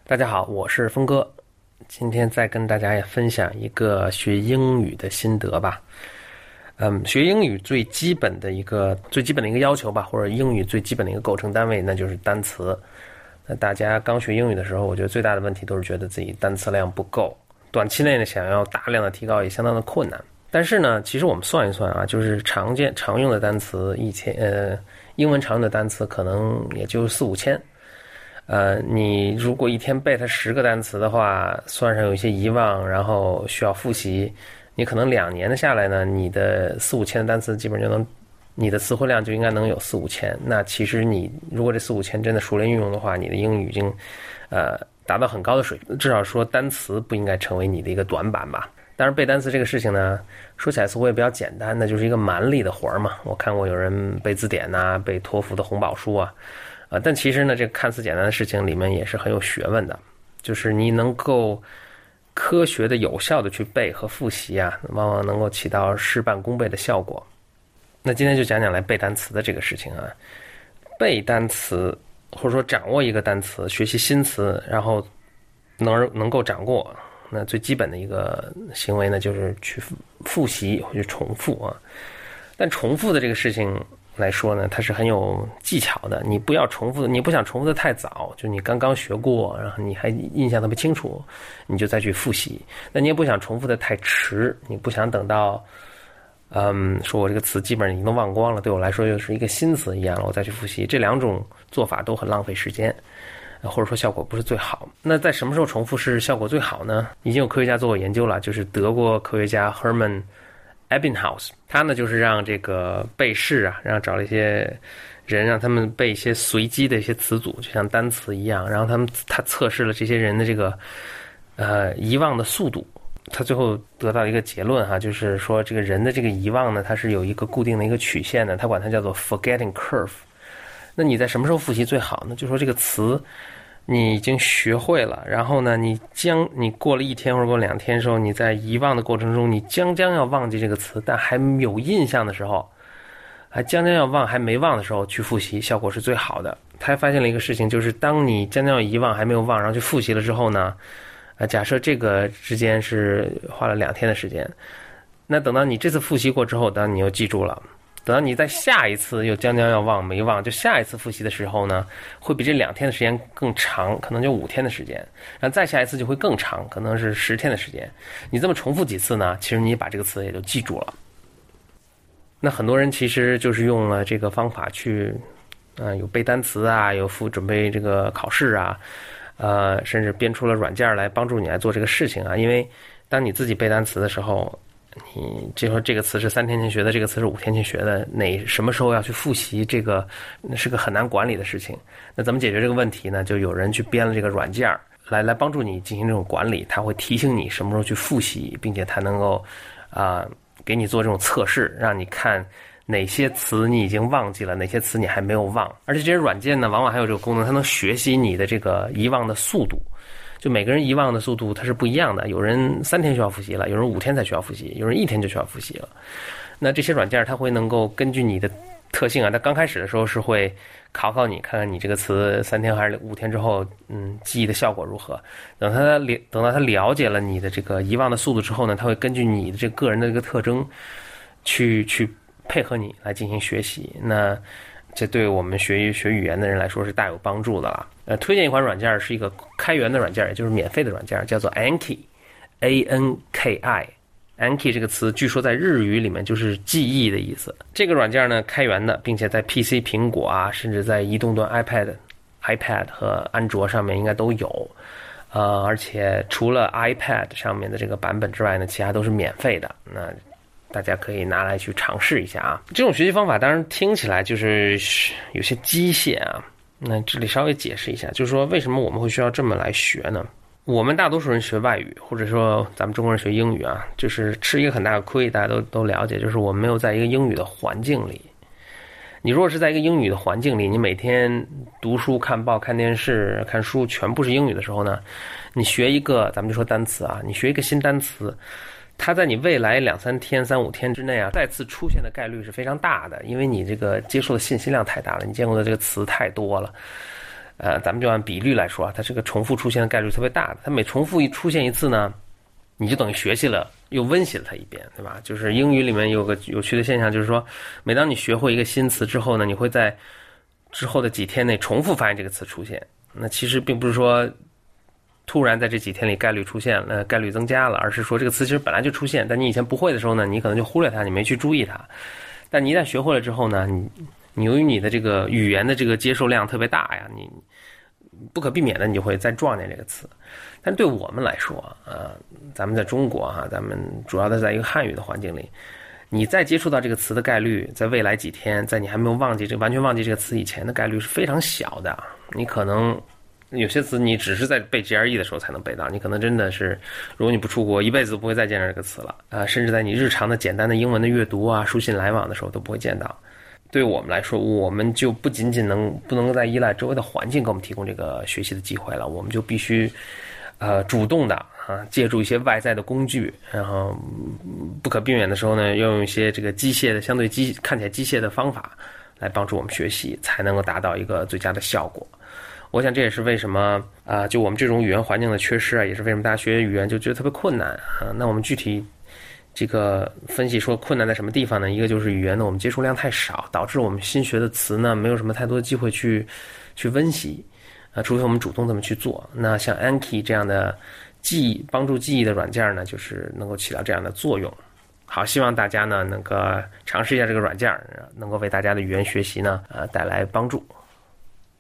大家好，我是峰哥，今天再跟大家也分享一个学英语的心得吧。学英语最基本的一个要求吧，或者英语最基本的一个构成单位，那就是单词。那大家刚学英语的时候，我觉得最大的问题都是觉得自己单词量不够，短期内呢想要大量的提高也相当的困难。但是呢，其实我们算一算啊，就是常用的单词，英文常用的单词可能也就4-5千。你如果一天背它10个单词的话，算上有一些遗忘，然后需要复习，你可能2年的下来呢，你的4-5千的单词基本就能，你的词汇量就应该能有4-5千。那其实你如果这4-5千真的熟练运用的话，你的英语已经达到很高的水平，至少说单词不应该成为你的一个短板吧。当然背单词这个事情呢，说起来似乎也比较简单，那就是一个蛮力的活嘛。我看过有人背字典啊，背托福的红宝书啊。但其实呢，这个看似简单的事情里面也是很有学问的，就是你能够科学的、有效的去背和复习啊，往往能够起到事半功倍的效果。那今天就讲讲来背单词的这个事情啊。背单词或者说掌握一个单词，学习新词，然后能够掌握，那最基本的一个行为呢，就是去复习或者重复啊。但重复的这个事情来说呢，它是很有技巧的。你不想重复的太早，就你刚刚学过，然后你还印象特别清楚，你就再去复习。那你也不想重复的太迟，你不想等到说我这个词基本上已经都忘光了，对我来说又是一个新词一样了，我再去复习。这两种做法都很浪费时间，或者说效果不是最好。那在什么时候重复是效果最好呢？已经有科学家做过研究了，就是德国科学家 Hermann Ebbinghaus， 他呢就是让这个背试啊，找了一些人，让他们背一些随机的一些词组，就像单词一样，然后他测试了这些人的这个遗忘的速度。他最后得到一个结论哈，就是说这个人的这个遗忘呢，它是有一个固定的一个曲线的，他管它叫做 forgetting curve。那你在什么时候复习最好呢？就说这个词你已经学会了，然后呢，你过了1天或者过2天的时候，你在遗忘的过程中，你将要忘记这个词，但还有印象的时候，还将要忘还没忘的时候去复习，效果是最好的。他还发现了一个事情，就是当你将要遗忘还没有忘，然后去复习了之后呢，假设这个之间是花了2天的时间，那等到你这次复习过之后，当你又记住了。等到你在下一次又将要忘没忘，就下一次复习的时候呢，会比这2天的时间更长，可能就5天的时间，然后再下一次就会更长，可能是10天的时间。你这么重复几次呢，其实你把这个词也就记住了。那很多人其实就是用了这个方法去有背单词啊，有准备这个考试啊，甚至编出了软件来帮助你来做这个事情啊。因为当你自己背单词的时候，你就说这个词是3天前学的，这个词是5天前学的，什么时候要去复习，这个是个很难管理的事情。那怎么解决这个问题呢？就有人去编了这个软件来帮助你进行这种管理，它会提醒你什么时候去复习，并且它能够给你做这种测试，让你看哪些词你已经忘记了，哪些词你还没有忘。而且这些软件呢，往往还有这个功能，它能学习你的这个遗忘的速度。就每个人遗忘的速度它是不一样的，有人3天需要复习了，有人5天才需要复习，有人1天就需要复习了。那这些软件它会能够根据你的特性啊，它刚开始的时候是会考你，看看你这个词3天还是5天之后，记忆的效果如何。等到他了解了你的这个遗忘的速度之后呢，他会根据你的这个人的这个特征去配合你来进行学习。那这对我们学语言的人来说是大有帮助的了。推荐一款软件是一个开源的软件，也就是免费的软件，叫做 Anki Anki 这个词据说在日语里面就是记忆的意思。这个软件呢开源的，并且在 PC 苹果啊，甚至在移动端 iPad 和安卓上面应该都有。而且除了 iPad 上面的这个版本之外呢，其他都是免费的。那大家可以拿来去尝试一下啊。这种学习方法当然听起来就是有些机械啊，那这里稍微解释一下，就是说为什么我们会需要这么来学呢？我们大多数人学外语，或者说咱们中国人学英语啊，就是吃一个很大的亏，大家都了解，就是我们没有在一个英语的环境里。你如果是在一个英语的环境里，你每天读书、看报、看电视、看书全部是英语的时候呢，你学一个，咱们就说单词啊，你学一个新单词，它在你未来2-3天、3-5天之内啊，再次出现的概率是非常大的，因为你这个接受的信息量太大了，你见过的这个词太多了。 咱们就按比率来说啊，它这个重复出现的概率特别大的，它每重复出现一次呢，你就等于学习了又温习了它一遍，对吧？就是英语里面有个有趣的现象，就是说每当你学会一个新词之后呢，你会在之后的几天内重复发现这个词出现。那其实并不是说突然在这几天里概率出现了，概率增加了，而是说这个词其实本来就出现，但你以前不会的时候呢，你可能就忽略它，你没去注意它。但你一旦学会了之后呢，你由于你的这个语言的这个接受量特别大呀，你不可避免的你就会再撞见这个词。但对我们来说咱们在中国咱们主要的在一个汉语的环境里，你再接触到这个词的概率，在未来几天，在你还没有完全忘记这个词以前的概率是非常小的。你可能有些词你只是在背 GRE 的时候才能背到，你可能真的是如果你不出国，一辈子都不会再见到这个词了甚至在你日常的简单的英文的阅读书信来往的时候都不会见到。对我们来说，我们就不仅仅不能再依赖周围的环境给我们提供这个学习的机会了，我们就必须主动的借助一些外在的工具，然后不可避免的时候呢，要用一些这个看起来机械的方法来帮助我们学习，才能够达到一个最佳的效果。我想这也是为什么就我们这种语言环境的缺失也是为什么大家学语言就觉得特别困难那我们具体这个分析说困难在什么地方呢？一个就是语言的我们接触量太少，导致我们新学的词呢没有什么太多的机会去温习除非我们主动这么去做。那像 Anki 这样的帮助记忆的软件呢，就是能够起到这样的作用。好，希望大家呢能够尝试一下这个软件，能够为大家的语言学习呢带来帮助。